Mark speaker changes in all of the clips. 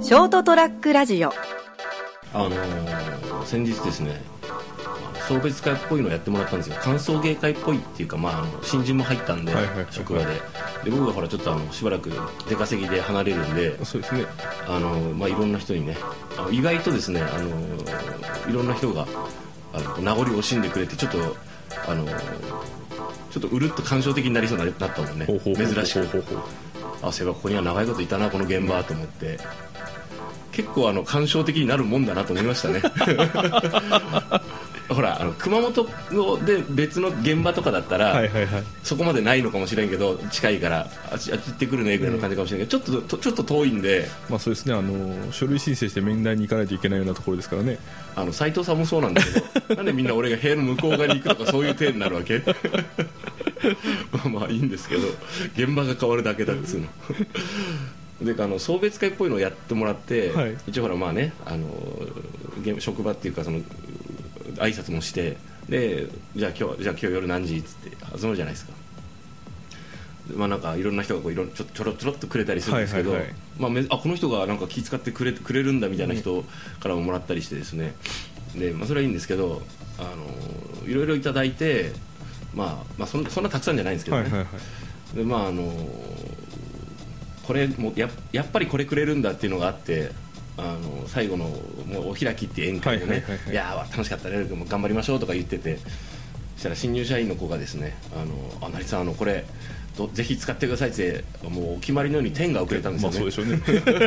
Speaker 1: ショートトラックラジオ。
Speaker 2: 先日ですね、送別会っぽいのをやってもらったんですよ。歓送迎会っぽいっていうか、新人も入ったんで、職場で僕がほらちょっとしばらく出稼ぎで離れるんで、
Speaker 3: そうですね、
Speaker 2: いろんな人にね、意外とですね、いろんな人が名残惜しんでくれて、ちょっとうるっと感傷的になりそうになったもんね。珍しく、そういえばここには長いこといたなこの現場と思って、結構感傷的になるもんだなと思いましたね。ほら熊本で別の現場とかだったら、そこまでないのかもしれんけど、近いからあっち行ってくるねぐらいの感じかもしれんけど、ちょっと遠いんで、
Speaker 3: そうですね、書類申請して面談に行かないといけないようなところですからね。
Speaker 2: 斉藤さんもそうなんだけどなんでみんな俺が部屋の向こう側に行くとかそういう体になるわけ。いいんですけど、現場が変わるだけだっつうの。で送別会っぽいのをやってもらって、一応ほら職場っていうか挨拶もして、でじゃあ今日夜何時っつって集まるじゃないですか。なんかいろんな人がちょろっとくれたりするんですけど、この人がなんか気遣ってくれるんだみたいな人からももらったりしてですね、で、それはいいんですけど、いろいろいただいて、そんなたくさんじゃないんですけどね、でこれもやっぱりこれくれるんだっていうのがあって、最後のもうお開きっていう宴会でね、いや楽しかったね、頑張りましょうとか言ってて、そしたら新入社員の子がですね、成さんこれぜひ使ってくださいってもうお決まりのように天が遅れたんですよね。
Speaker 3: そうでしょうね。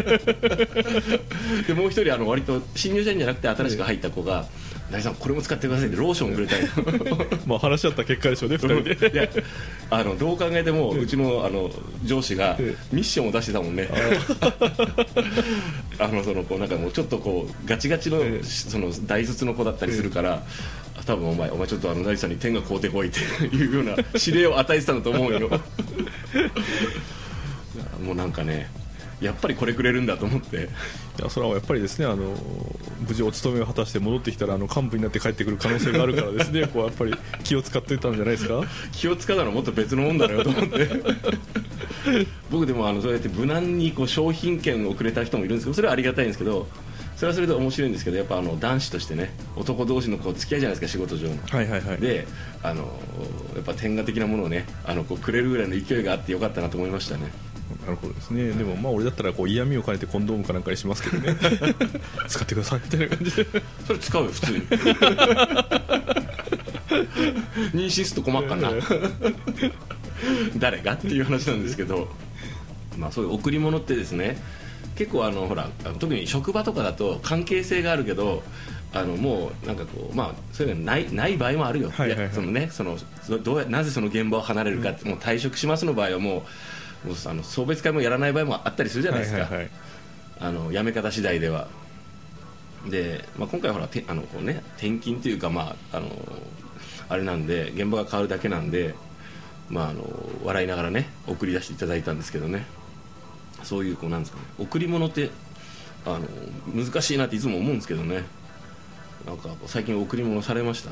Speaker 3: で
Speaker 2: もう一人割と新入社員じゃなくて新しく入った子が、成さんこれも使ってくださいってローションをくれたり
Speaker 3: 話し合った結果でしょうね、2人で。
Speaker 2: いやどう考えてもうちの上司がミッションを出してたもんね。なんかもうちょっとガチガチの大卒の子だったりするから、多分お前ちょっと成さんに天が買うてこいっていうような指令を与えてたんだと思うよ。もうなんかね、やっぱりこれくれるんだと思って。
Speaker 3: いや、それはやっぱりですね、無事お勤めを果たして戻ってきたら幹部になって帰ってくる可能性があるからですね、やっぱり気を使っていたんじゃないですか。
Speaker 2: 気を使うのはもっと別のもんだろうと思って。僕でもそうやって無難に商品券をくれた人もいるんですけど、それはありがたいんですけど、それはそれで面白いんですけど、やっぱ男子としてね、男同士の付き合いじゃないですか、仕事上の。でやっぱ天下的なものをねくれるぐらいの勢いがあってよかったなと思いましたね。
Speaker 3: なるほどですね。でも俺だったら嫌味を兼ねてコンドームかなんかにしますけどね。使ってくださいみたいな感じで。そ
Speaker 2: れ使うよ普通に。妊娠すると困っかな。誰がっていう話なんですけど、そういう贈り物ってですね、結構ほら特に職場とかだと関係性があるけど、もうなんかそういうのない場合もあるよ。なぜその現場を離れるかって、もう退職しますの場合はもう送別会もやらない場合もあったりするじゃないですか。辞め方次第では。で、今回ほら転勤というかあれなんで現場が変わるだけなんで、笑いながらね送り出していただいたんですけどね。そういうなんですかね、贈り物って難しいなっていつも思うんですけどね。なんか最近贈り物されました？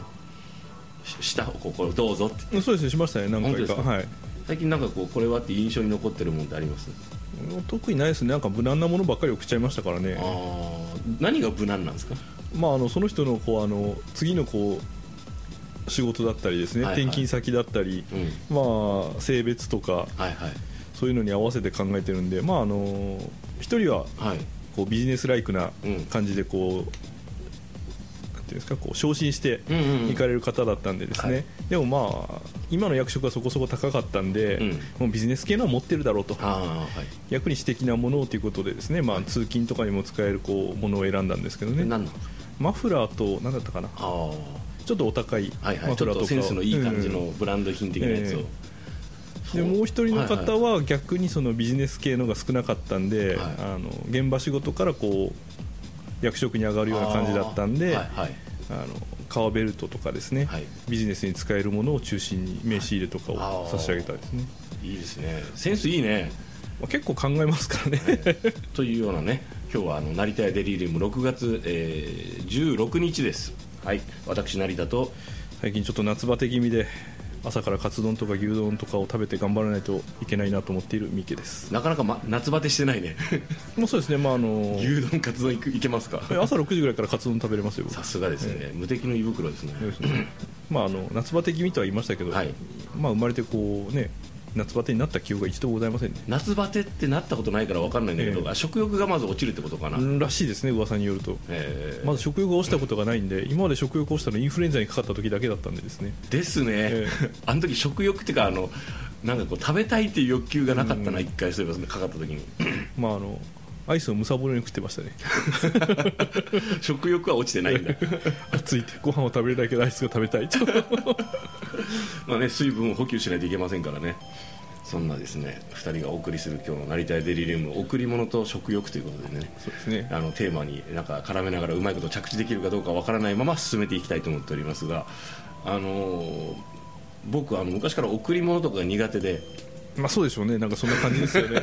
Speaker 2: ここどうぞって。
Speaker 3: そうですね、しましたね、何回か。
Speaker 2: 最近なんかこれはって印象に残ってるものってあります？
Speaker 3: 特にないですね。なんか無難なものばっかり送っちゃいましたからね。
Speaker 2: 何が無難なんですか？
Speaker 3: その人の次の仕事だったりですね、転勤先だったり、性別とか、そういうのに合わせて考えてるんで、一人はビジネスライクな感じでなんていうんですか、昇進して行かれる方だったんでですね、でも今の役職がそこそこ高かったんで、もうビジネス系のは持ってるだろうと、役に私的なものをということでですね、通勤とかにも使えるものを選んだんですけどね。マフラーと何だったかな、ちょっとお高いマフラーとか、
Speaker 2: ちょっとセンスのいい感じのブランド品的なやつを。
Speaker 3: でもう一人の方は逆にビジネス系のが少なかったんで、現場仕事から役職に上がるような感じだったんで、革ベルトとかですね、ビジネスに使えるものを中心に名刺入れとかを差し上げたですね。
Speaker 2: いいですね、センスいいね。
Speaker 3: 結構考えますからね。
Speaker 2: というようなね、今日は成田屋デリリウム6月、16日です。私成田と
Speaker 3: 最近ちょっと夏バテ気味で朝からカツ丼とか牛丼とかを食べて頑張らないといけないなと思っている三池です。
Speaker 2: なかなか、夏バテしてないね
Speaker 3: もうそうですね、
Speaker 2: 牛丼カツ丼いけますか？
Speaker 3: 朝6時ぐらいからカツ丼食べれますよ。
Speaker 2: さすがですね、無敵の胃袋ですね。
Speaker 3: 夏バテ気味とは言いましたけど、はい、生まれてこうね夏バテになった記憶が一度もございませんね。
Speaker 2: 夏バテってなったことないから分かんないんだけど、食欲がまず落ちるってことかな、
Speaker 3: らしいですね、噂によると。まず食欲が落ちたことがないんで、今まで食欲落ちたのインフルエンザにかかった時だけだったんでですね。
Speaker 2: ですね、あの時食欲っていうかなんかこう食べたいっていう欲求がなかったな、一回そういえばかかった時に
Speaker 3: アイスをむさぼろに食ってましたね
Speaker 2: 食欲は落ちてないんだ
Speaker 3: 暑いってご飯を食べるだけでアイスが食べたいと
Speaker 2: 水分を補給しないといけませんからね。そんなですね2人がお送りする今日の成田屋デリリウム、贈り物と食欲ということでね、
Speaker 3: そうですね、
Speaker 2: テーマになんか絡めながらうまいこと着地できるかどうかわからないまま進めていきたいと思っておりますが、僕は昔から贈り物とかが苦手で、
Speaker 3: そうでしょうね、なんかそんな感じですよね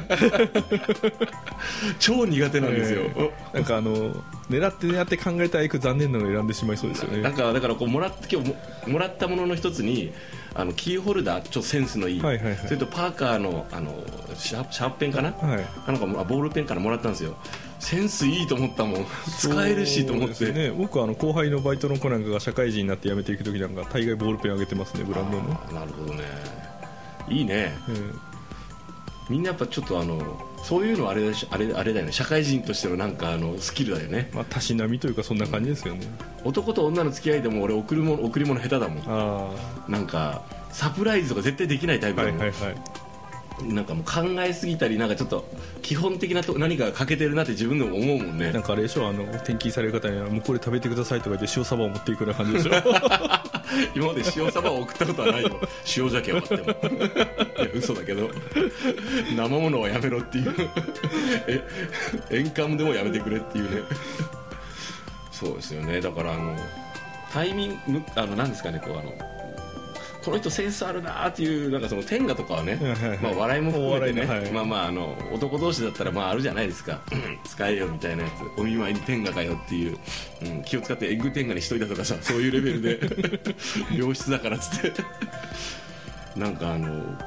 Speaker 2: 超苦手なんですよ
Speaker 3: なんか狙って考えたい残念なのを選んでしまいそうですよね。
Speaker 2: だからこう今日もらったものの一つにキーホルダーちょっとセンスのいい、それとパーカーのシャープペンかな、なんかボールペンからもらったんですよ。センスいいと思ったもん、使えるしと思って、ね、
Speaker 3: 僕は後輩のバイトの子なんかが社会人になって辞めていく時なんか大概ボールペンあげてますね、ブランドの。
Speaker 2: なるほどね、いいね、みんなやっぱちょっとそういうのはあれだよね、社会人としてのなんかスキルだよね。
Speaker 3: たしなみというかそんな感じですよね。
Speaker 2: 男と女の付き合いでも俺贈り物下手だもん。なんかサプライズとか絶対できないタイプだもん。なんかもう考えすぎたり、なんかちょっと基本的な何かが欠けてるなって自分でも思うもんね。
Speaker 3: なんかあれでしょ、転勤される方には向こうで食べてくださいとか言って塩サバを持っていくような感じでしょ
Speaker 2: 今まで塩サバを送ったことはないよ塩鮭はあってもいや嘘だけど生ものはやめろっていう塩カでもやめてくれっていうねそうですよね。だからタイミングなんですかね、この人センスあるなっていう、なんかその天下とかはね、笑いも含めてね、男同士だったらあるじゃないですか使えよみたいなやつ、お見舞いに天下かよっていう、気を使ってエッグ天下にしといたとかさ、そういうレベルで良質だからっつってなんか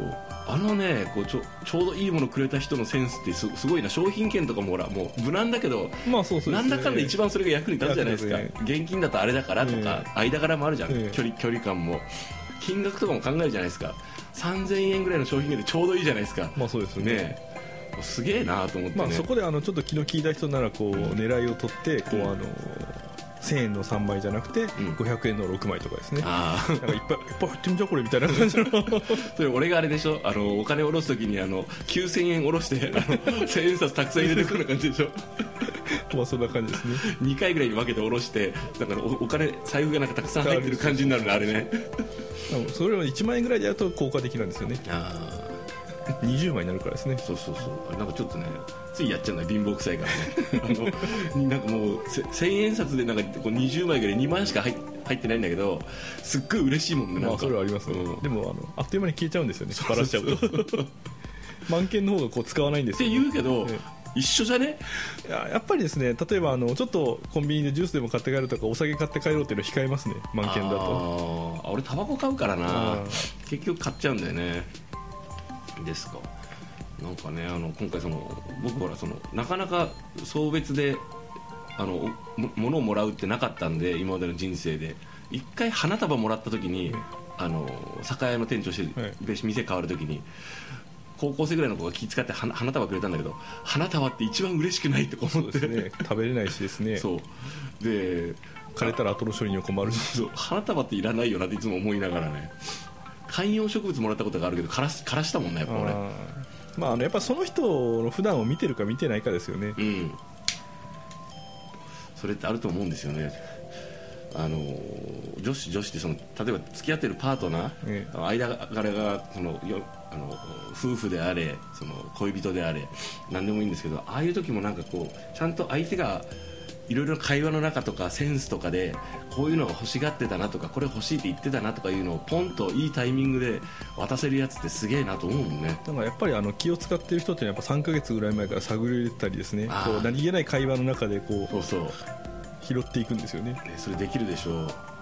Speaker 2: ちょうどいいものくれた人のセンスってすごいな。商品券とかもほらもう無難だけど、なんだかんだ一番それが役に立つじゃないですか。現金だとあれだからとか、間柄もあるじゃん、距離感も金額とかも考えるじゃないですか。3000円ぐらいの商品券でちょうどいいじゃないですか。
Speaker 3: そうですね。
Speaker 2: すげえなと思ってね。
Speaker 3: そこでちょっと気の利いた人なら狙いを取って1000円の3枚じゃなくて500円の6枚とかですね。なんかいっぱい入ってみちゃうこれみたいな感じの
Speaker 2: それ俺があれでしょ、お金下ろすときに9000円下ろして1000円札たくさん入れてくる感じでしょ
Speaker 3: そんな感じですね。
Speaker 2: 2回ぐらいに分けて下ろして、だからお金財布がなんかたくさん入ってる感じになるね、あれね
Speaker 3: それを1万円ぐらいでやると効果的なんですよね。20枚になるからですね。
Speaker 2: そうなんかちょっとねついやっちゃうんだ、貧乏くさいからねなんかもう1000円札でなんか20枚ぐらい2万しか入ってないんだけど、すっごい嬉しいもんね。なんか
Speaker 3: それはありますね、でもあっという間に消えちゃうんですよね、ばらしちゃうと万件の方が使わないんですよ、
Speaker 2: って言うけど、一緒じゃね。
Speaker 3: やっぱりですね、例えばちょっとコンビニでジュースでも買って帰るとかお酒買って帰ろうっていうのを控えますね、万件だと。
Speaker 2: 俺タバコ買うからな、結局買っちゃうんだよね。ですか。なんかね今回僕はなかなか送別で物をもらうってなかったんで、今までの人生で一回花束もらった時に酒屋の店長して、店変わる時に高校生ぐらいの子が気遣って花束くれたんだけど、花束って一番嬉しくないって思って。そうですね、
Speaker 3: 食べれないしですね。
Speaker 2: そうで
Speaker 3: 枯れたら後の処理には困るし
Speaker 2: 花束っていらないよなっていつも思いながらね。観葉植物もらったことがあるけど枯らしたもんね、やっぱ俺。
Speaker 3: やっぱその人の普段を見てるか見てないかですよね。
Speaker 2: それってあると思うんですよね。女子って例えば付き合ってるパートナー、間柄が夫婦であれ恋人であれ何でもいいんですけど、ああいう時もなんかちゃんと相手がいろいろ会話の中とかセンスとかでこういうのが欲しがってたなとか、これ欲しいって言ってたなとかいうのをポンといいタイミングで渡せるやつってすげえなと思うもんね。
Speaker 3: だからやっぱり気を使ってる人ってやっぱ3ヶ月ぐらい前から探り入れたりですね、何気ない会話の中で拾っていくんですよね。
Speaker 2: それできるでしょう。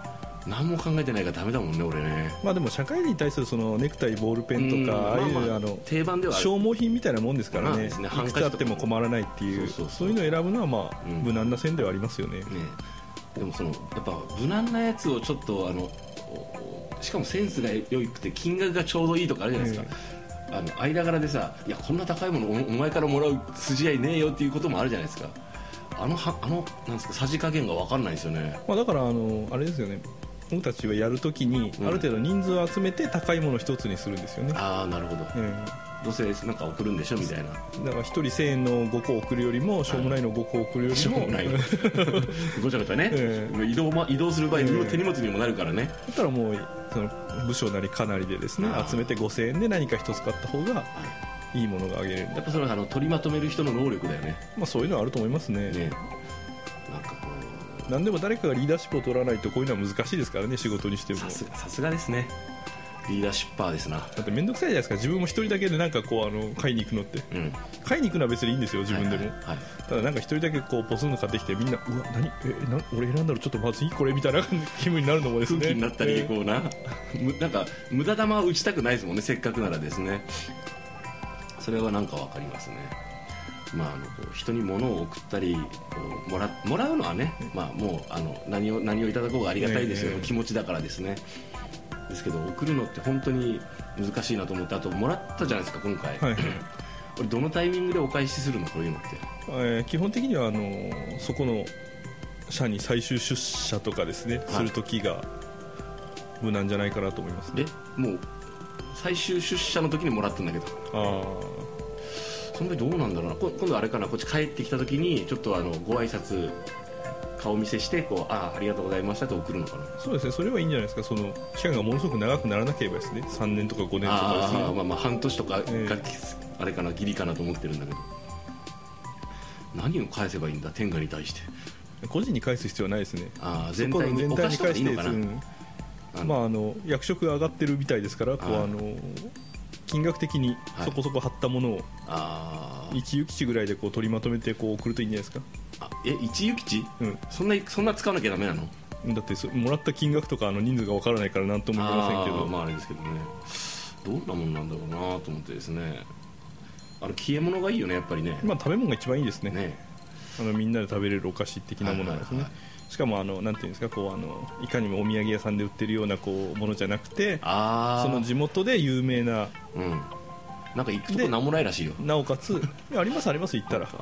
Speaker 2: 何も考えてないからダメだもんね俺ね。
Speaker 3: まあでも社会人に対するそのネクタイボールペンとか、ああいう
Speaker 2: 定番では
Speaker 3: 消耗品みたいなもんですからね、いくつあっても困らないっていう、そういうのを選ぶのはまあ無難な線ではありますよね。
Speaker 2: でもやっぱ無難なやつをちょっとしかもセンスが良くて金額がちょうどいいとかあるじゃないですか、間柄でさ、いやこんな高いものお前からもらう筋合いねえよっていうこともあるじゃないですか。なんですか、さじ加減が分かんないですよね。
Speaker 3: まあ、だからあれですよね、僕たちはやるときにある程度人数を集めて高いものを一つにするんですよね。
Speaker 2: ああなるほど、どうせなんか送るんでしょみたいな。だ
Speaker 3: から1人1000円の5個送るよりもしょうもないの5個送るよりも
Speaker 2: しょうもないごちゃごちゃね、移動する場合に手荷物にもなるからね。
Speaker 3: だったらもうその部署なりかなりでですね集めて5000円で何か一つ買った方がいいものがあげれる。
Speaker 2: やっぱそれは取りまとめる人の能力だよね。
Speaker 3: まあ、そういうのはあると思いますね。
Speaker 2: なんかこう
Speaker 3: 何でも誰かがリーダーシップを取らないとこういうのは難しいですからね、仕事にしても。
Speaker 2: さすがですね、リーダーシッパーですな。
Speaker 3: だって面倒くさいじゃないですか、自分も一人だけでなんかこう買いに行くのって、買いに行くのは別にいいんですよ自分でも、ただなんか一人だけこうポツンと買ってきてみんなうわ俺選んだらちょっとまずいこれみたいな気分になるのもですね、
Speaker 2: 空気になったりこうなんか無駄玉を打ちたくないですもんね、せっかくならですね。それはなんか分かりますね。まあ、人に物を送ったりもらうのはね、まあ、もう何をいただこうがありがたいですよ、気持ちだからですね。ですけど送るのって本当に難しいなと思って、あともらったじゃないですか今回、これどのタイミングでお返しするの、こういうのって。
Speaker 3: 基本的にはそこの社に最終出社とかですね、する時が無難じゃないかなと思いますね。
Speaker 2: もう最終出社の時にもらったんだけど、その時どうなんだろうな。今度あれかな、こっち帰ってきた時にちょっとご挨拶顔見せしてありがとうございましたと送るのかな。
Speaker 3: そうですね、それはいいんじゃないですか。その期間がものすごく長くならなければですね、3年とか5年とかですね、
Speaker 2: まあ半年とかがあれかな、ギリかなと思ってるんだけど、何を返せばいいんだ、天下に対して。
Speaker 3: 個人に返す必要はないですね。
Speaker 2: 全体に返していいのかな。
Speaker 3: まあ、役職が上がってるみたいですから、金額的にそこそこ張ったものを一諭吉ぐらいで取りまとめて送るといいんじゃないですか。
Speaker 2: 一諭吉、そんな使わなきゃダメなの？
Speaker 3: だってもらった金額とか人数が分からないから何とも言えませんけど、
Speaker 2: まああれですけどね、どんなもんなんだろうなと思ってですね。消え物がいいよねやっぱりね。
Speaker 3: まあ、食べ物が一番いいですね。みんなで食べれるお菓子的なものなんですね。しかもなんていうんですか、いかにもお土産屋さんで売ってるようなものじゃなくて、その地元で有名な、
Speaker 2: なんか行くとこなんもないらしいよ。
Speaker 3: なおかつあります行ったら、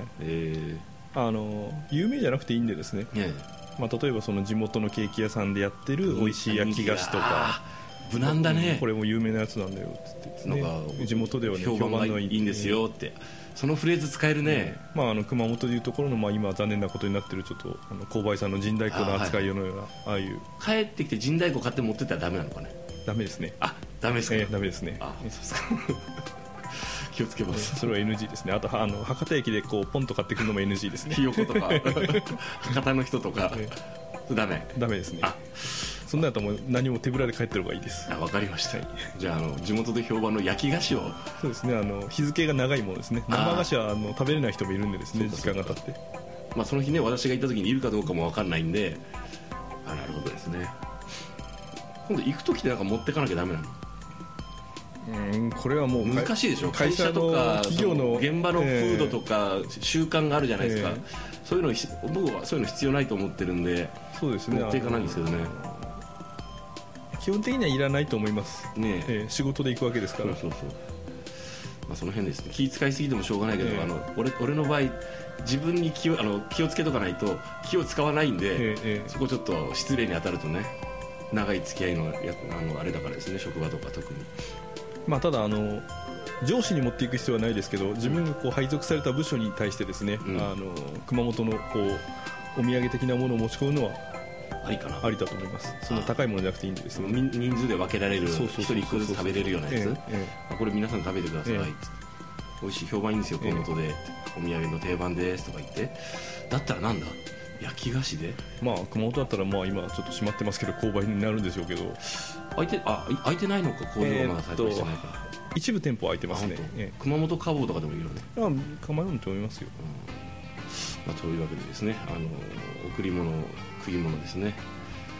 Speaker 3: 有名じゃなくていいんでですね、まあ、例えばその地元のケーキ屋さんでやってる美味しい焼き菓子とか、
Speaker 2: 無難だね、
Speaker 3: これも有名なやつなんだよってですね、地元ではね
Speaker 2: 評判がいいんですよって、そのフレーズ使えるね。
Speaker 3: まあ、熊本でいうところの、今残念なことになってるちょっと購買さんの陣太鼓の扱いのような、ああいう
Speaker 2: 帰ってきて陣太鼓買って持ってったらダメなのかね。
Speaker 3: ダメですね。
Speaker 2: ダメですか。
Speaker 3: ダメですね。
Speaker 2: そうですか。気をつけます。
Speaker 3: それは NG ですね。あと博多駅でポンと買ってくるのも NG ですね。
Speaker 2: ひよことか博多の人とか、ダメ
Speaker 3: ですね。そんなやったらもう何も手ぶらで帰ってる方がいいです。
Speaker 2: わかりました。じゃあ地元で評判の焼き菓子を。
Speaker 3: そうですね、日付が長いものですね。生菓子は食べれない人もいるんでですね、時間が経って、
Speaker 2: まあ、その日ね私が行った時にいるかどうかも分かんないんで、なるほどですね。今度行く時ってなんか持ってかなきゃダメなの？
Speaker 3: これはもう
Speaker 2: 難しいでしょ。会社とか企業の現場の風土とか習慣があるじゃないですか、そういうの僕はそういうの必要ないと思ってるんで、
Speaker 3: そうですね、
Speaker 2: 持っていかないんですけどね。
Speaker 3: 基本的にはいらないと思いますね。仕事で行くわけですから。
Speaker 2: まあ、その辺ですね。気遣いすぎてもしょうがないけど、俺の場合自分に気をつけとかないと気を使わないんで、そこちょっと失礼に当たるとね、長い付き合いのあれだからですね、職場とか特に。
Speaker 3: まあ、ただ上司に持っていく必要はないですけど、自分が配属された部署に対してですね、熊本のお土産的なものを持ち込むのはありだと思います。その高いものじゃなくていいんでですね、
Speaker 2: 人数で分けられる、1人1個ずつ食べれるようなやつ、これ皆さん食べてください、美味しい、評判いいんですよ熊本で、お土産の定番ですとか言って、だったらなんだ焼き菓子で、
Speaker 3: まあ熊本だったら今ちょっと閉まってますけど購買になるんでしょうけど、
Speaker 2: 開いてないのか、工場がまだ再開してないから、
Speaker 3: 一部店舗開いてますね。
Speaker 2: 熊本花房とかでもいいよね。
Speaker 3: 構わないと思いますよ。
Speaker 2: というわけでですね、贈り物食い物ですね、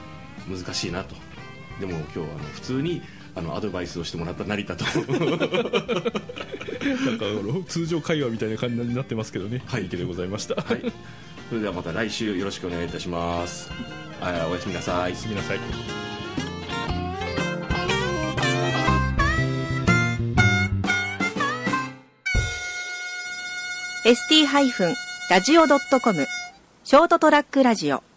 Speaker 2: 難しいなと。でも今日普通にアドバイスをしてもらった成田と
Speaker 3: なんか通常会話みたいな感じになってますけどね、はい、いいけでございました、はい、
Speaker 2: それではまた来週よろしくお願いいたします。おやすみなさい。
Speaker 3: おやすみなさい。
Speaker 1: ST-radio.com ショートトラックラジオ